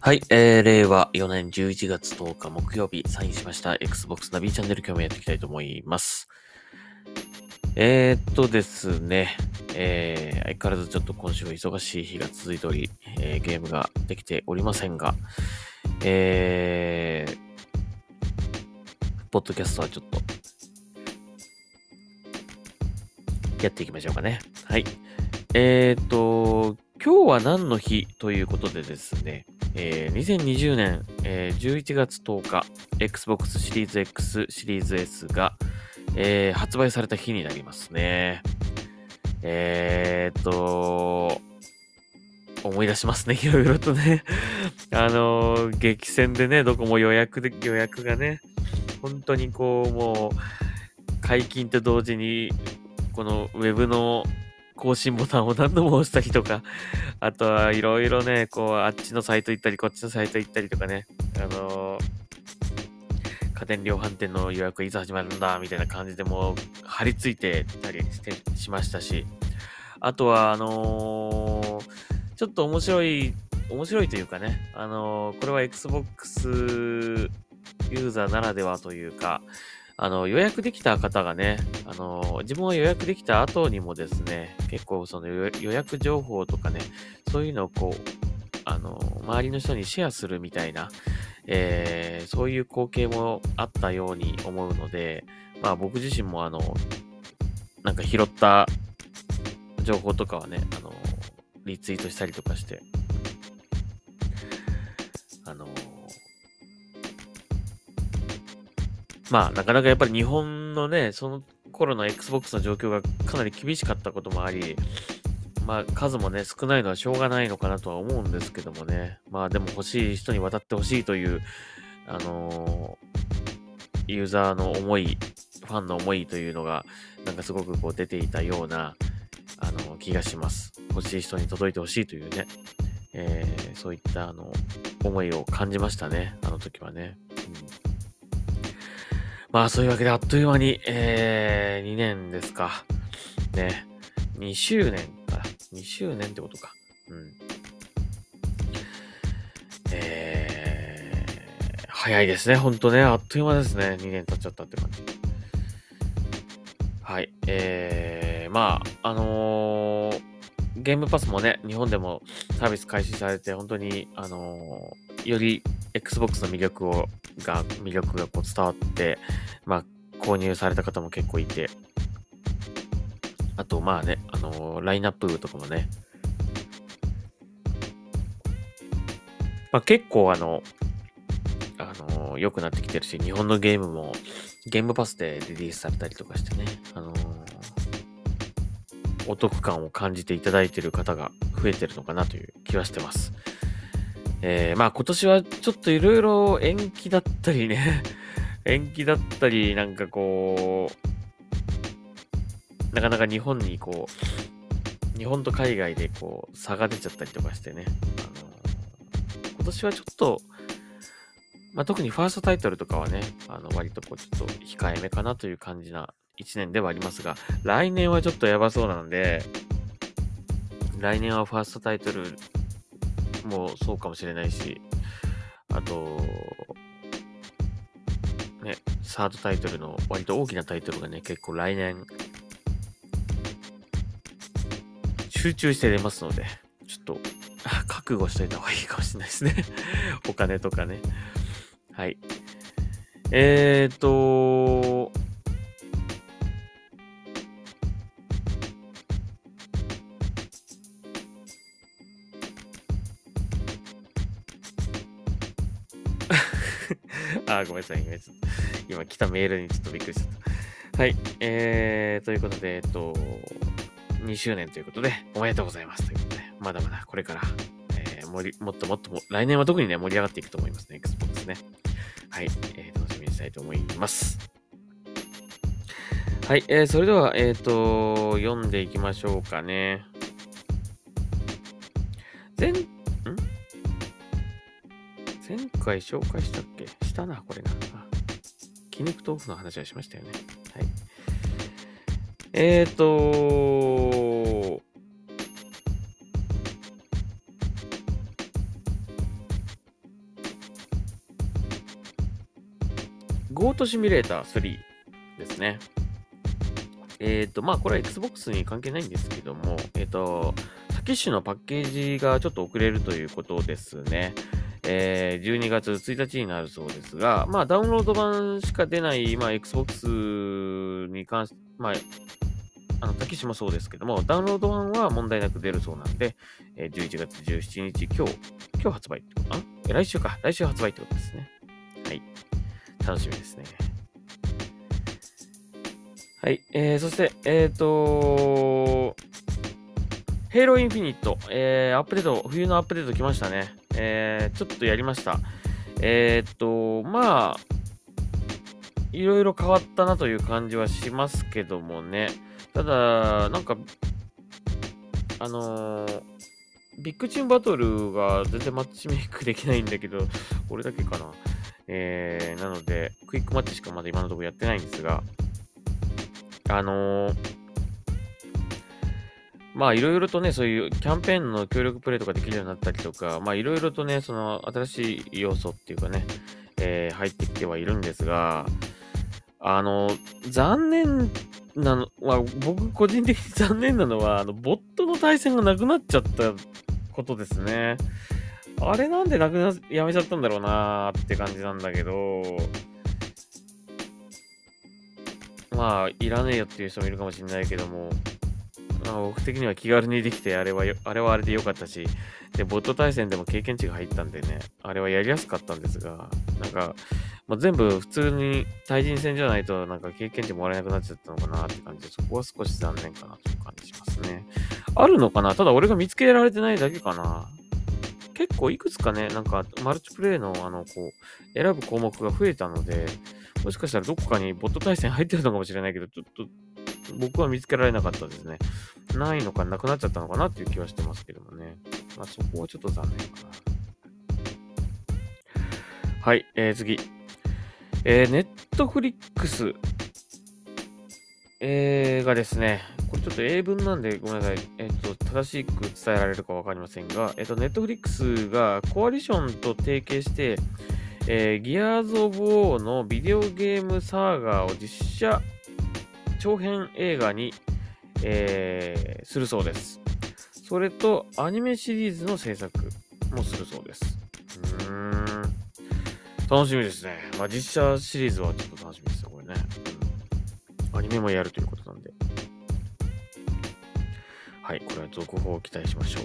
はい、令和4年11月10日木曜日、サインしました Xbox ナビチャンネル今日もやっていきたいと思います。ですね、相変わらずちょっと今週は忙しい日が続いており、ゲームができておりませんが、ポッドキャストはちょっとやっていきましょうかね。はい。今日は何の日ということでですね、2020年、11月10日、Xbox シリーズ X、シリーズ S が、発売された日になりますね。思い出しますね、いろいろとね。激戦でね、どこも予約がね、本当にもう、解禁と同時に、このウェブの更新ボタンを何度も押したりとか、あとはいろいろね、あっちのサイト行ったり、こっちのサイト行ったりとかね、家電量販店の予約いつ始まるんだ、みたいな感じでもう張り付いてたりしましたし、あとは、ちょっと面白いというかね、これは Xbox ユーザーならではというか、予約できた方がね、自分は予約できた後にもですね、結構その予約情報とかね、そういうのを周りの人にシェアするみたいな、そういう光景もあったように思うので、まあ僕自身もなんか拾った情報とかはね、リツイートしたりとかして、まあ、なかなかやっぱり日本のね、その頃の Xbox の状況がかなり厳しかったこともあり、まあ、数もね、少ないのはしょうがないのかなとは思うんですけどもね。まあ、でも欲しい人に渡ってほしいという、ユーザーの思い、ファンの思いというのが、なんかすごく出ていたような、気がします。欲しい人に届いてほしいというね、そういった思いを感じましたね、あの時はね。まあそういうわけであっという間に、2年ですか。ね。2周年か。2周年ってことか。うん。早いですね。ほんとね。あっという間ですね。2年経っちゃったって感じ。はい。まあ、ゲームパスもね、日本でもサービス開始されて、本当に、より Xbox の魅力が伝わって、まあ、購入された方も結構いて、あと、まあね、ラインナップとかもね、まあ結構良くなってきてるし、日本のゲームもゲームパスでリリースされたりとかしてね、お得感を感じていただいている方が増えてるのかなという気はしてます。まあ今年はちょっといろいろ延期だったりね、延期だったり、なんかなかなか日本に日本と海外で差が出ちゃったりとかしてね、今年はちょっと、まあ特にファーストタイトルとかはね、割とちょっと控えめかなという感じな一年ではありますが、来年はちょっとやばそうなので、来年はファーストタイトルもそうかもしれないし、あと、ね、サードタイトルの割と大きなタイトルがね、結構来年、集中して出ますので、ちょっと、覚悟しといた方がいいかもしれないですね。お金とかね。はい。ごめんなさい。今来たメールにちょっとびっくりしちゃった。はい。ということで、2周年ということで、おめでとうございます。ということで、まだまだこれから、もっと来年は特にね、盛り上がっていくと思いますね、Xbox ね。はい。楽しみにしたいと思います。はい。それでは、読んでいきましょうかね。前回紹介したっけしたな、これな。筋肉豆腐の話はしましたよね。はい。 ゴートシミュレーター3ですね。まあ、これは Xbox に関係ないんですけども、タキッシュのパッケージがちょっと遅れるということですね。12月1日になるそうですが、まあ、ダウンロード版しか出ない、まあ、Xbox に関し、まあ、タキッシュもそうですけども、ダウンロード版は問題なく出るそうなんで、11月17日、今日発売ってことかな？来週発売ってことですね。はい。楽しみですね。はい。そして、ヘイローインフィニット、アップデート、冬のアップデート来ましたね。ちょっとやりました。まあ、いろいろ変わったなという感じはしますけどもね。ただ、なんか、ビッグチームバトルが全然マッチメイクできないんだけど、これだけかな。なので、クイックマッチしかまだ今のところやってないんですが、まあ、いろいろとね、そういうキャンペーンの協力プレイとかできるようになったりとか、まあ、いろいろとね、その新しい要素っていうかね、入ってきてはいるんですが、残念なのは、僕個人的に残念なのは、ボットの対戦がなくなっちゃったことですね。あれなんでやめちゃったんだろうなーって感じなんだけど、まあ、いらねえよっていう人もいるかもしれないけども、まあ、僕的には気軽にできて、あれはあれで良かったし、で、ボット対戦でも経験値が入ったんでね、あれはやりやすかったんですが、なんか、もう全部普通に対人戦じゃないと、なんか経験値もらえなくなっちゃったのかなって感じで、そこは少し残念かなという感じしますね。あるのかな？ただ俺が見つけられてないだけかな。結構いくつかね、なんかマルチプレイの選ぶ項目が増えたので、もしかしたらどこかにボット対戦入ってるのかもしれないけど、ちょっと僕は見つけられなかったですね。ないのかなくなっちゃったのかなっていう気はしてますけどもね。まあそこはちょっと残念かな。はい、次。ネットフリックス、がですね、これちょっと英文なんでごめんなさい。正しく伝えられるかわかりませんが、ネットフリックスがコアリションと提携して、ギアーズ・オブ・ウォーのビデオゲームサーガーを実写長編映画に、するそうです。それとアニメシリーズの制作もするそうです。楽しみですね。まあ実写シリーズはちょっと楽しみですよ、これね。アニメもやるということなんで。はい、これは続報を期待しましょう。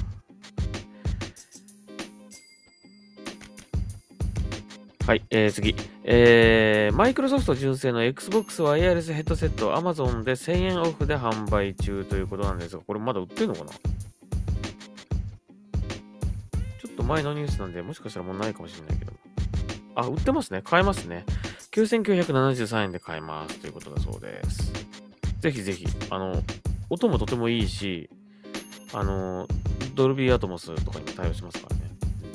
はい、次。マイクロソフト純正の Xbox ワイヤレスヘッドセット Amazon で1000円オフで販売中ということなんですが、これまだ売ってるのかな？ちょっと前のニュースなんで、もしかしたらもうないかもしれないけど。あ、売ってますね。買えますね。9973円で買えますということだそうです。ぜひぜひ、音もとてもいいし、ドルビーアトモスとかにも対応しますからね。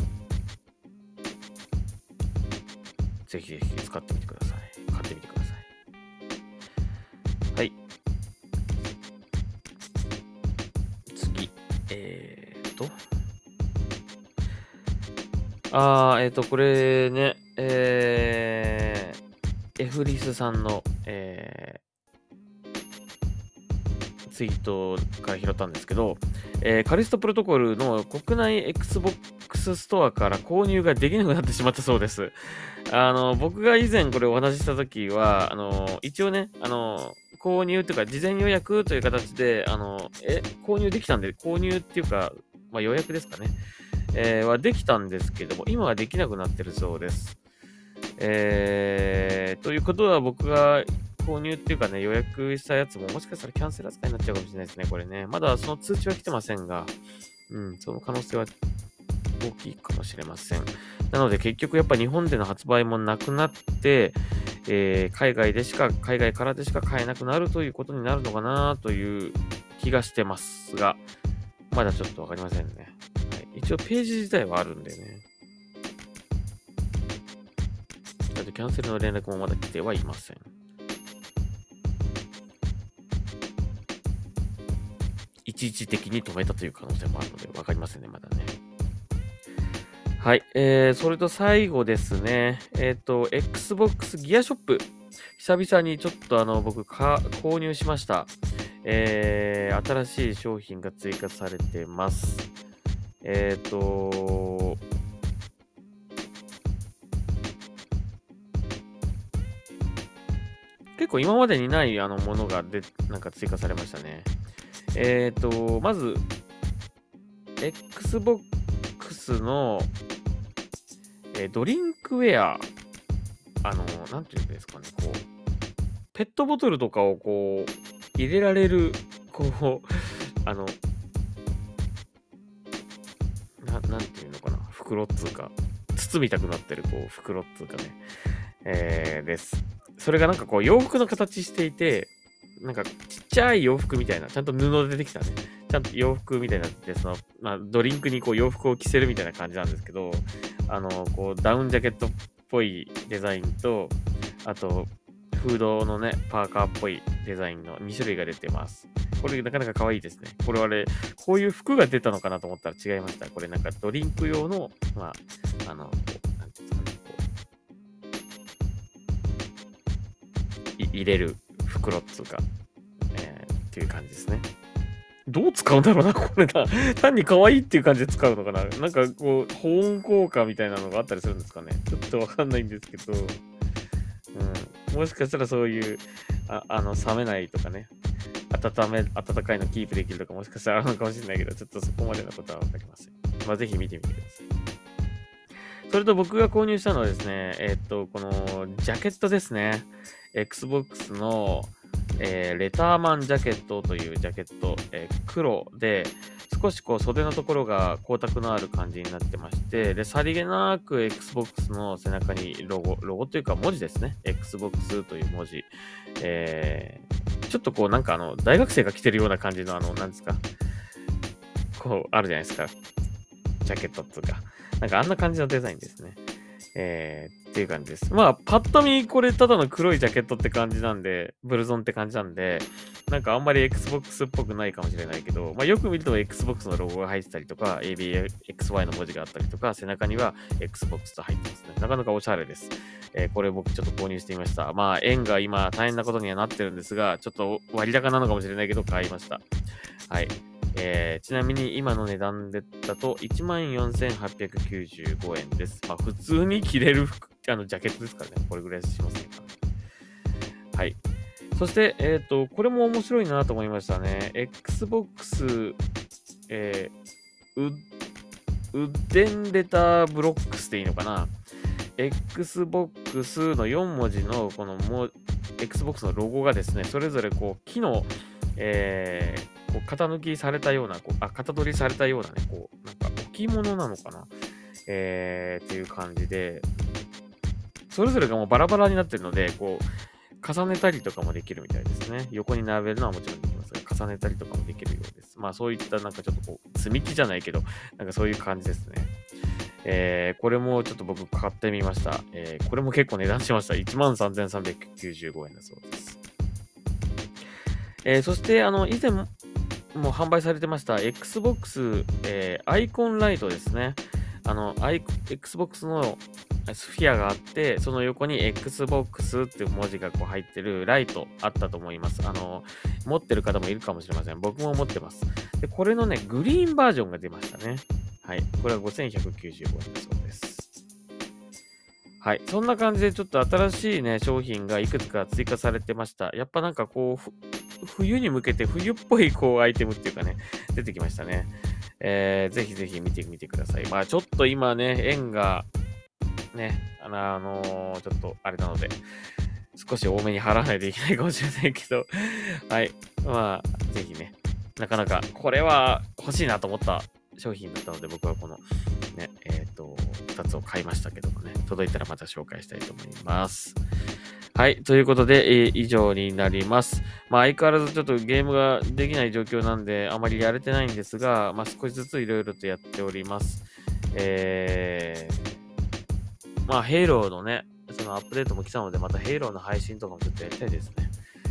ぜひぜひ使ってみてください。買ってみてください。はい。次。これね、エフリスさんの、ツイートから拾ったんですけど、カリストプロトコルの国内 Xbox ストアから購入ができなくなってしまったそうです。僕が以前これお話ししたときは、一応ね、購入というか、事前予約という形で、購入できたんで、購入っていうか、まあ予約ですかね。はできたんですけども、今はできなくなってるそうです。ということは僕が購入っていうかね、予約したやつももしかしたらキャンセル扱いになっちゃうかもしれないですね、これね。まだその通知は来てませんが、その可能性は大きいかもしれません。なので結局やっぱ日本での発売もなくなって、海外からでしか買えなくなるということになるのかなという気がしてますが、まだちょっとわかりませんね。はい、一応ページ自体はあるんでね。キャンセルの連絡もまだ来てはいません。一時的に止めたという可能性もあるので、わかりませんね、まだね。 はい。それと最後ですね。Xbox ギアショップ。久々にちょっと僕購入しました。新しい商品が追加されてます。えっと、結構今までにないものがなんか追加されましたね。まず、Xbox の、ドリンクウェア、なんていうんですかね、こう、ペットボトルとかをこう、入れられる、こう、あの、なんていうのかな、袋っつうか、包みたくなってる、こう、袋っつうかね、です。それがなんかこう、洋服の形していて、なんかちっちゃい洋服みたいな、ちゃんと布でできたね、ちゃんと洋服みたいになってて、ドリンクにこう洋服を着せるみたいな感じなんですけど、こう、ダウンジャケットっぽいデザインと、あと、フードのね、パーカーっぽいデザインの2種類が出てます。これなかなか可愛いですね。これこういう服が出たのかなと思ったら違いました。これなんかドリンク用の、こうなんていうんですかね、入れる袋っつうか、っていう感じですね。どう使うんだろうな、これな。単に可愛いっていう感じで使うのかな。なんかこう、保温効果みたいなのがあったりするんですかね。ちょっとわかんないんですけど、もしかしたらそういう、冷めないとかね、温かいのキープできるとか、もしかしたらあるのかもしれないけど、ちょっとそこまでのことはわかりません。まあ、ぜひ見てみてください。それと僕が購入したのはですね、このジャケットですね。Xbox の、レターマンジャケットというジャケット、黒で、少しこう袖のところが光沢のある感じになってまして、で、さりげなく Xbox の背中にロゴというか文字ですね。Xbox という文字。ちょっとこうなんか大学生が着てるような感じのなんですか。こう、あるじゃないですか。ジャケットっていうか。なんかあんな感じのデザインですね。っていう感じです。まあ、パッと見、これただの黒いジャケットって感じなんで、ブルゾンって感じなんで、なんかあんまり Xbox っぽくないかもしれないけど、まあよく見ると Xbox のロゴが入ってたりとか、ABXY の文字があったりとか、背中には Xbox と入ってますね。なかなかおしゃれです。これ僕ちょっと購入してみました。まあ、円が今大変なことにはなってるんですが、ちょっと割高なのかもしれないけど、買いました。はい。ちなみに今の値段だと14,895円です。まあ普通に着れる服、ジャケットですからね。これぐらいしますね。はい。そして、これも面白いなと思いましたね。Xbox、えウッデンレターブロックスでいいのかな。Xbox の4文字のXbox のロゴがですね、それぞれこう木の、こう型抜きされたような、型取りされたようなね、こう、なんか置物なのかな、っていう感じで、それぞれがもうバラバラになってるので、こう、重ねたりとかもできるみたいですね。横に並べるのはもちろんできますが、重ねたりとかもできるようです。まあそういったなんかちょっとこう、積み木じゃないけど、なんかそういう感じですね。これもちょっと僕買ってみました。これも結構値段しました。13,395円だそうです。そして、以前も販売されてました Xbox、アイコンライトですね。Xbox のスフィアがあって、その横に Xbox っていう文字がこう入ってるライトあったと思います。持ってる方もいるかもしれません。僕も持ってます。で、これのね、グリーンバージョンが出ましたね。はい。これは5,195円だそうです。はい。そんな感じでちょっと新しいね、商品がいくつか追加されてました。やっぱなんかこう、冬に向けて冬っぽいこうアイテムっていうかね、出てきましたね。ぜひぜひ見てみてください。まあちょっと今ね、円がね、ちょっとあれなので、少し多めに払わないといけないかもしれないけど、はい。まあ、ぜひね、なかなかこれは欲しいなと思った商品だったので、僕はこのね、2つを買いましたけどもね、届いたらまた紹介したいと思います。はい。ということで、以上になります。まあ、相変わらずちょっとゲームができない状況なんで、あまりやれてないんですが、まあ、少しずついろいろとやっております。まあ、ヘイローのね、そのアップデートも来たので、またヘイローの配信とかもちょっとやりたいですね。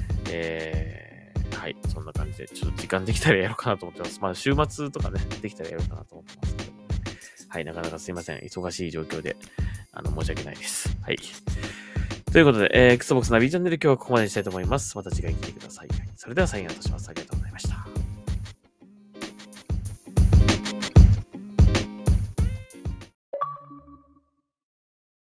はい。そんな感じで、ちょっと時間できたらやろうかなと思ってます。まあ、週末とかね、できたらやろうかなと思ってますけど。 はい、なかなかすいません。忙しい状況で、申し訳ないです。はい。ということで、Xbox ナビチャンネル今日はここまでにしたいと思います。また次回聞いてください。それでは再現とします。ありがとうございました。